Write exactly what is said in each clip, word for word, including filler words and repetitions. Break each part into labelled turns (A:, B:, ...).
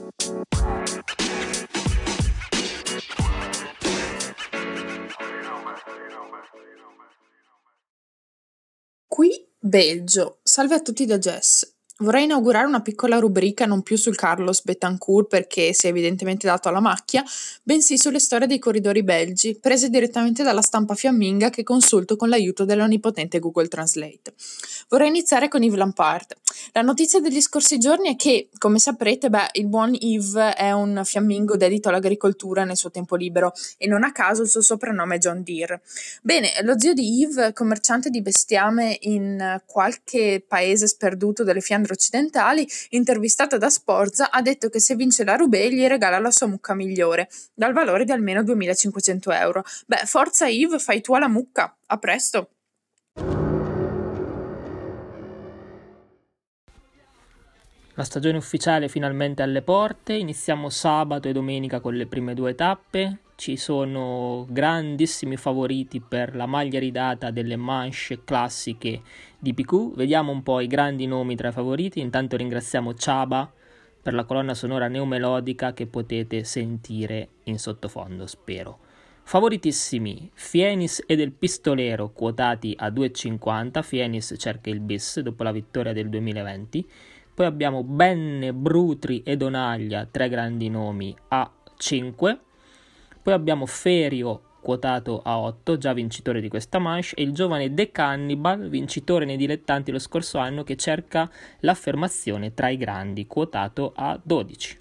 A: Qui Belgio. Salve a tutti da Jess. Vorrei inaugurare una piccola rubrica non più sul Carlos Betancourt perché si è evidentemente dato alla macchia, bensì sulle storie dei corridori belgi, prese direttamente dalla stampa fiamminga che consulto con l'aiuto dell'onnipotente Google Translate. Vorrei iniziare con Yves Lampaert. La notizia degli scorsi giorni è che, come saprete, beh, il buon Yves è un fiammingo dedito all'agricoltura nel suo tempo libero e non a caso il suo soprannome è John Deere. Bene, lo zio di Yves, commerciante di bestiame in qualche paese sperduto delle Fiandre occidentali, intervistato da Sporza, ha detto che se vince la Roubaix gli regala la sua mucca migliore, dal valore di almeno duemilacinquecento euro. Beh, forza Yves, fai tu la mucca. A presto!
B: La stagione ufficiale è finalmente alle porte, iniziamo sabato e domenica con le prime due tappe, ci sono grandissimi favoriti per la maglia ridata delle manche classiche di Picou, vediamo un po' i grandi nomi tra i favoriti, intanto ringraziamo Ciaba per la colonna sonora neomelodica che potete sentire in sottofondo, spero. Favoritissimi, Fienis ed il Pistolero quotati a due e cinquanta, Fienis cerca il bis dopo la vittoria del duemilaventi, poi abbiamo Benne, Brutri e Donaglia, tre grandi nomi, a cinque. Poi abbiamo Ferio, quotato a otto, già vincitore di questa manche, e il giovane The Cannibal, vincitore nei dilettanti lo scorso anno, che cerca l'affermazione tra i grandi, quotato a dodici.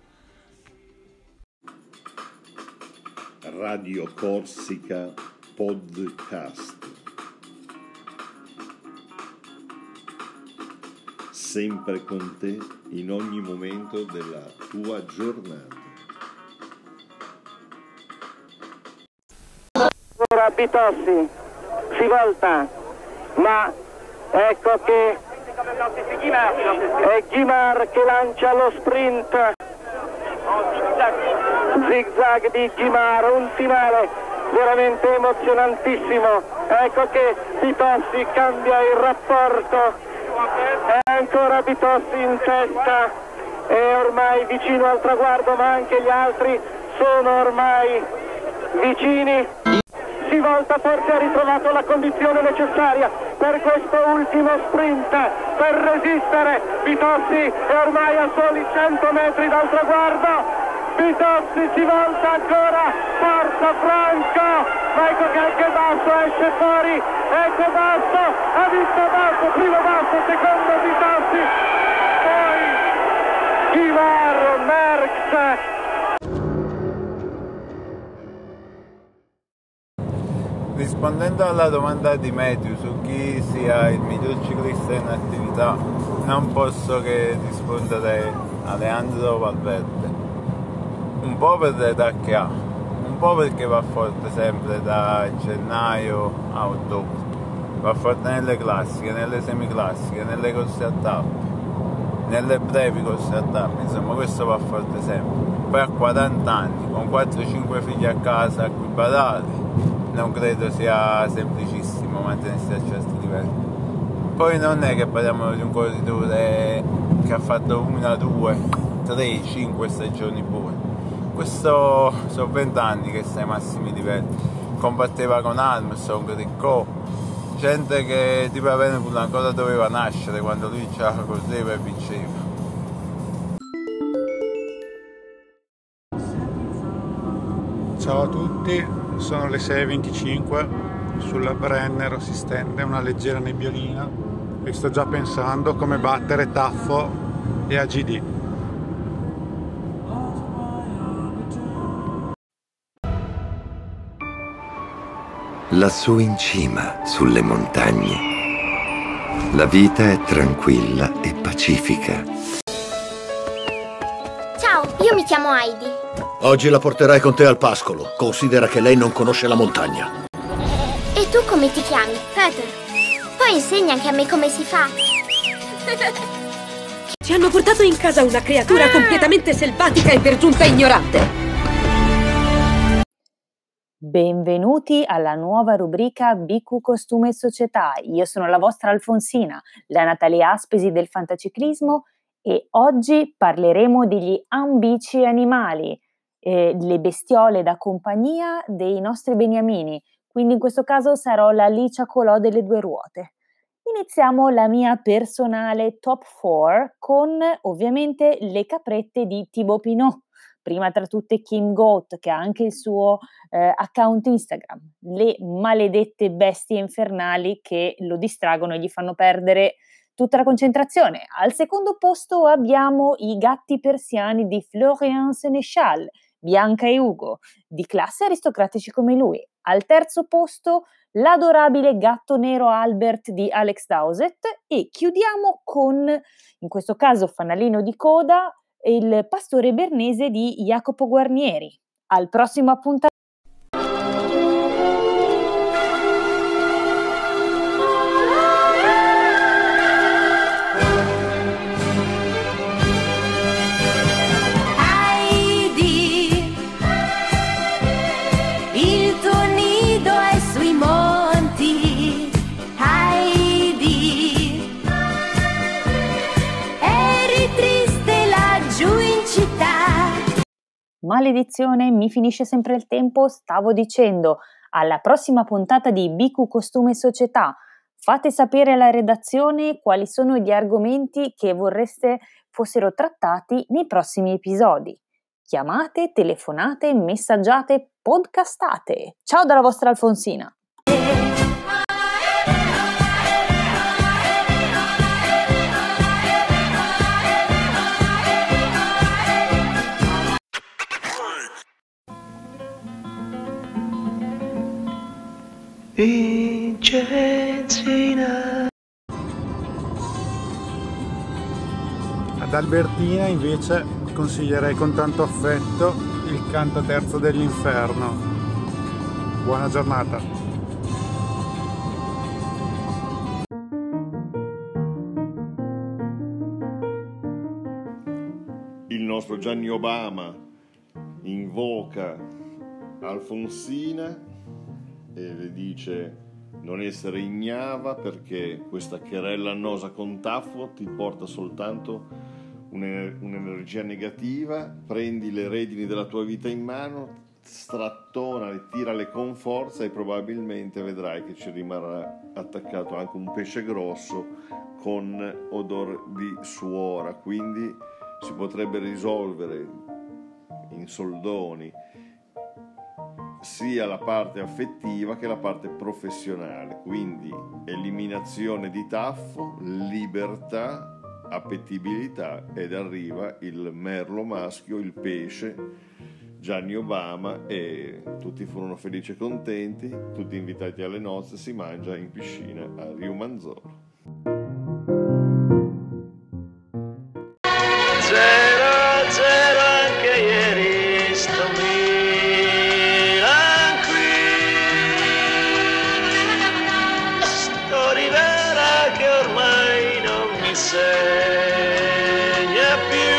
C: Radio Corsica Podcast. Sempre con te in ogni momento della tua giornata.
D: Ora Bitossi si volta, ma ecco che è Guimard che lancia lo sprint. Zigzag di Guimard, un finale veramente emozionantissimo. Ecco che Bitossi cambia il rapporto. È ancora Bitossi in testa, è ormai vicino al traguardo, ma anche gli altri sono ormai vicini. Si volta, forse ha ritrovato la condizione necessaria per questo ultimo sprint, per resistere. Bitossi è ormai a soli cento metri dal traguardo. Bitossi si volta ancora, forza Franco, ma ecco che anche Basso esce fuori, ecco Basso, ha visto Basso, primo Basso, secondo Bitossi, poi Guimard, Merckx.
E: Rispondendo alla domanda di Matthew su chi sia il miglior ciclista in attività, non posso che rispondere a Leandro Valverde. Un po' per l'età che ha, un po' perché va forte sempre da gennaio a ottobre, va forte nelle classiche, nelle semiclassiche, nelle corse a tappe, nelle brevi corse a tappe, insomma questo va forte sempre. Poi ha quaranta anni, con quattro cinque figli a casa a cui badare, non credo sia semplicissimo mantenersi a certi livelli. Poi non è che parliamo di un corridore che ha fatto una, due, tre, cinque stagioni buone. Questo sono vent'anni che sta ai massimi livelli, combatteva con Armstrong, Ricco, gente che tipo Evenepoel ancora doveva nascere quando lui già correva e vinceva.
F: Ciao a tutti, sono le sei e venticinque, sulla Brennero si stende una leggera nebbiolina e sto già pensando come battere Taffo e A G D.
G: Lassù in cima, sulle montagne, la vita è tranquilla e pacifica.
H: Ciao, io mi chiamo Heidi.
I: Oggi la porterai con te al pascolo. Considera che lei non conosce la montagna.
H: E tu come ti chiami? Peter. Poi insegna anche a me come si fa.
J: Ci hanno portato in casa una creatura ah! completamente selvatica e per giunta ignorante.
K: Benvenuti alla nuova rubrica B Q Costume e Società. Io sono la vostra Alfonsina, la Natalia Aspesi del fantaciclismo, e oggi parleremo degli ambici animali, eh, le bestiole da compagnia dei nostri beniamini, quindi in questo caso sarò la Licia Colò delle due ruote. Iniziamo la mia personale top quattro con ovviamente le caprette di Thibaut Pinot, prima tra tutte Kim Goat, che ha anche il suo eh, account Instagram, le maledette bestie infernali che lo distraggono e gli fanno perdere tutta la concentrazione. Al secondo posto abbiamo i gatti persiani di Florian Sénéchal, Bianca e Ugo, di classe aristocratici come lui. Al terzo posto l'adorabile gatto nero Albert di Alex Dowsett e chiudiamo con, in questo caso fanalino di coda, il pastore bernese di Jacopo Guarnieri. Al prossimo appuntamento. Maledizione, mi finisce sempre il tempo, stavo dicendo, alla prossima puntata di B Q Costume e Società. Fate sapere alla redazione quali sono gli argomenti che vorreste fossero trattati nei prossimi episodi. Chiamate, telefonate, messaggiate, podcastate. Ciao dalla vostra Alfonsina!
F: Vincenzina. Ad Albertina invece consiglierei con tanto affetto il canto terzo dell'inferno. Buona giornata.
C: Il nostro Gianni Obama invoca Alfonsina e le dice non essere ignava perché questa querella annosa con Taffo ti porta soltanto un'energia negativa, prendi le redini della tua vita in mano, strattonale, tirale con forza e probabilmente vedrai che ci rimarrà attaccato anche un pesce grosso con odore di suora, quindi si potrebbe risolvere in soldoni sia la parte affettiva che la parte professionale, quindi eliminazione di Taffo, libertà, appetibilità ed arriva il merlo maschio, il pesce, Gianni Obama e tutti furono felici e contenti, tutti invitati alle nozze, si mangia in piscina a Riumanzolo.
L: Zero, zero anche ieri sto Milan qui, Storivera che ormai non mi segna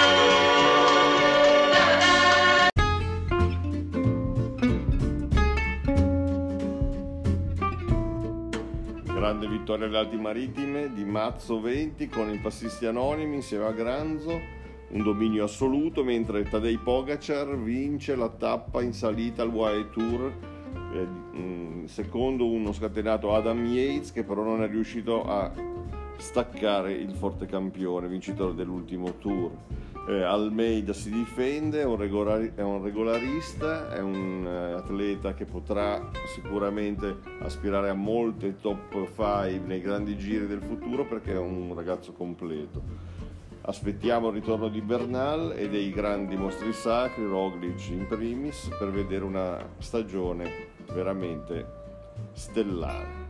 C: più. Grande vittoria alle Alpi Marittime di Mazzo venti con i passisti anonimi insieme a Granzo. Un dominio assoluto, mentre Tadej Pogacar vince la tappa in salita al U A E Tour, eh, secondo uno scatenato Adam Yates, che però non è riuscito a staccare il forte campione, vincitore dell'ultimo Tour. Eh, Almeida si difende, è un, regolari- è un regolarista, è un uh, atleta che potrà sicuramente aspirare a molte top cinque nei grandi giri del futuro perché è un ragazzo completo. Aspettiamo il ritorno di Bernal e dei grandi mostri sacri, Roglic in primis, per vedere una stagione veramente stellare.